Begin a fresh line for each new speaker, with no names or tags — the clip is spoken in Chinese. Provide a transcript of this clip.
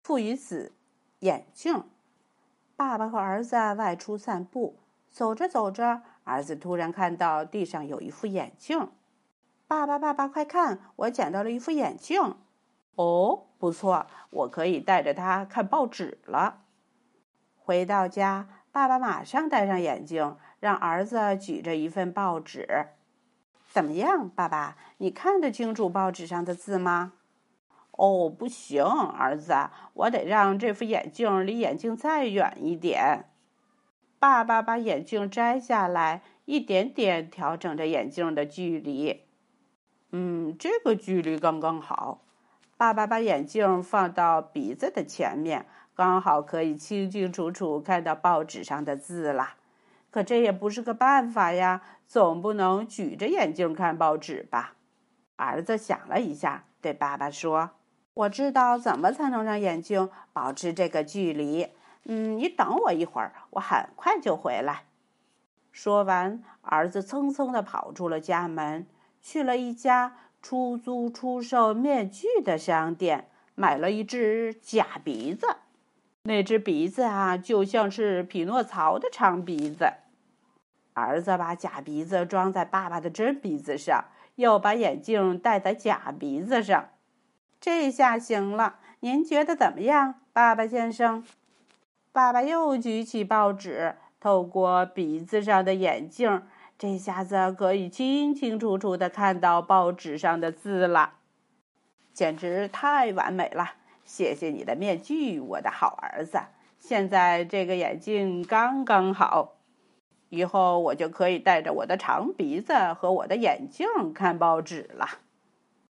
父与子，眼镜。爸爸和儿子外出散步，走着走着，儿子突然看到地上有一副眼镜。爸爸，快看，我捡到了一副眼镜。哦，不错，我可以带着它看报纸了。回到家，爸爸马上戴上眼镜，让儿子举着一份报纸。怎么样，爸爸，你看得清楚报纸上的字吗？哦，不行，儿子，我得让这副眼镜离眼镜再远一点。爸爸把眼镜摘下来，一点点调整着眼镜的距离。这个距离刚刚好。爸爸把眼镜放到鼻子的前面，刚好可以清清楚楚看到报纸上的字了。可这也不是个办法呀，总不能举着眼镜看报纸吧？儿子想了一下，对爸爸说：“我知道怎么才能让眼镜保持这个距离。你等我一会儿，我很快就回来。”说完，儿子蹭蹭地跑出了家门，去了一家出租出售面具的商店，买了一只假鼻子。那只鼻子就像是匹诺曹的长鼻子。儿子把假鼻子装在爸爸的真鼻子上，又把眼镜戴在假鼻子上。这下行了，您觉得怎么样，爸爸先生？爸爸又举起报纸，透过鼻子上的眼镜，这下子可以清清楚楚地看到报纸上的字了。简直太完美了！谢谢你的面具，我的好儿子。现在这个眼镜刚刚好，以后我就可以戴着我的长鼻子和我的眼镜看报纸了。